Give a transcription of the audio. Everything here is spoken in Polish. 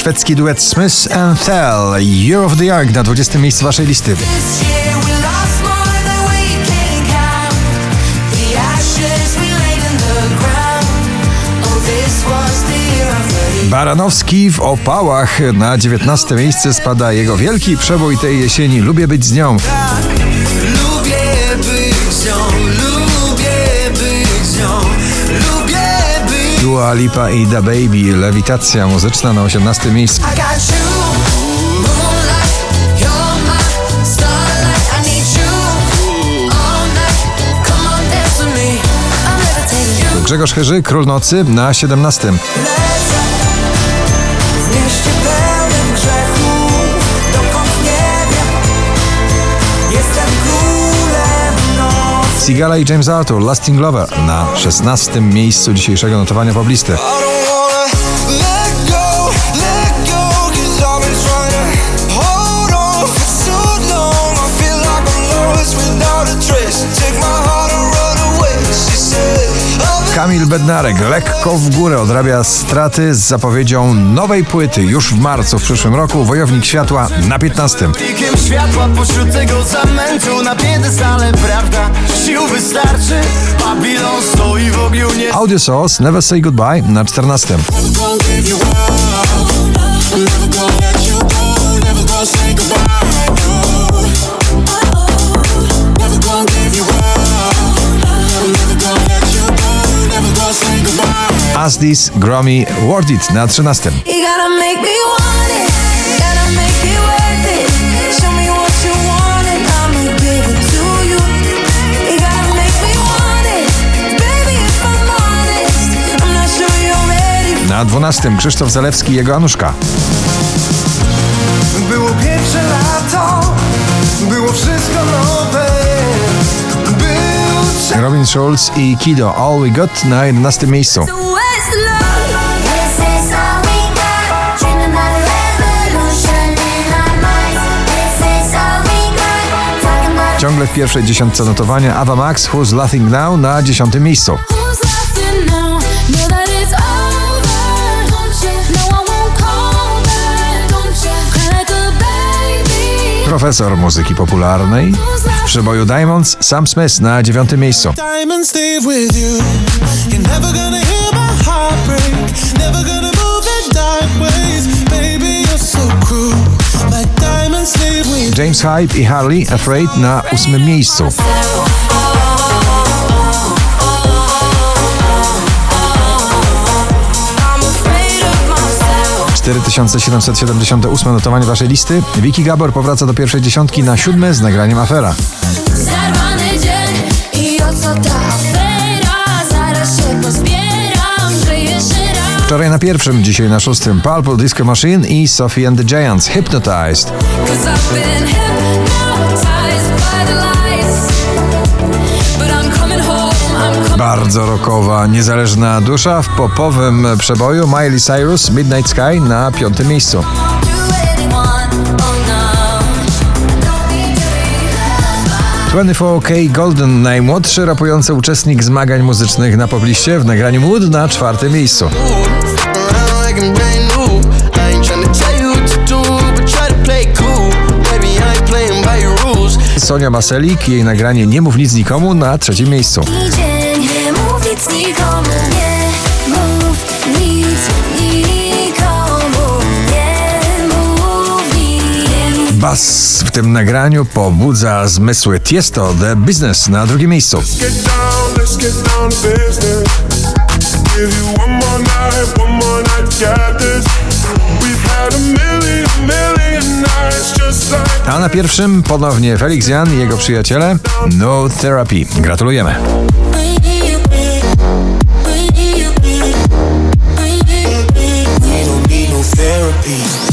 szwedzki duet Smith and Tell, Year of the Young na 20. miejscu waszej listy. Baranowski w opałach na 19. miejsce spada jego wielki przebój tej jesieni Lubię być z nią. Lubię być z nią, lubię być z nią, lubię być. Dua Lipa i Da Baby, Lewitacja muzyczna na 18. miejscu. Grzegorz Chyży, Król Nocy na 17. Sigala i James Arthur, Lasting Lover na 16. miejscu dzisiejszego notowania poblisty. Kamil Bednarek lekko w górę odrabia straty z zapowiedzią nowej płyty już w marcu w przyszłym roku. Wojownik Światła na 15. Światła pośród tego zamętu na piedestale, prawda? Sił wystarczy, Babilon stoi w ogniu nie... Audio Source, Never Say Goodbye na 14. As This, Gromi, Worth It na 13. Na 12. Krzysztof Zalewski i jego Anuszka. Było pierwsze lato, było wszystko nowe. Robin Schulz i Kido, All We Got na 11. miejscu. Ciągle w pierwszej dziesiątce notowania Ava Max, Who's Laughing Now na 10. miejscu. Profesor muzyki popularnej w przeboju Diamonds, Sam Smith na 9. miejscu. James Hype i Harley, Afraid na 8. miejscu. - 4778 notowanie waszej listy. Vicky Gabor powraca do pierwszej dziesiątki na 7. z nagraniem Afera. Zarwany dzień i o co ta afera? Zaraz się pozbieram, że jeszcze raz. Wczoraj na 1., dzisiaj na 6. Purple Disco Machine i Sophie and the Giants, Hypnotized. Bardzo rockowa, niezależna dusza w popowym przeboju Miley Cyrus, Midnight Sky na 5. miejscu. - 24K Golden, najmłodszy rapujący uczestnik zmagań muzycznych na pobliście w nagraniu Mood na 4. miejscu. Sonia Maselik i jej nagranie Nie mów nic nikomu na 3. miejscu. Nie mów nic nikomu, nie mów nic nikomu, nie mów nic. Bas w tym nagraniu pobudza zmysły. Tiesto, The Business na 2. miejscu. A na 1. ponownie Felix Jan i jego przyjaciele No Therapy. Gratulujemy. We don't need no therapy.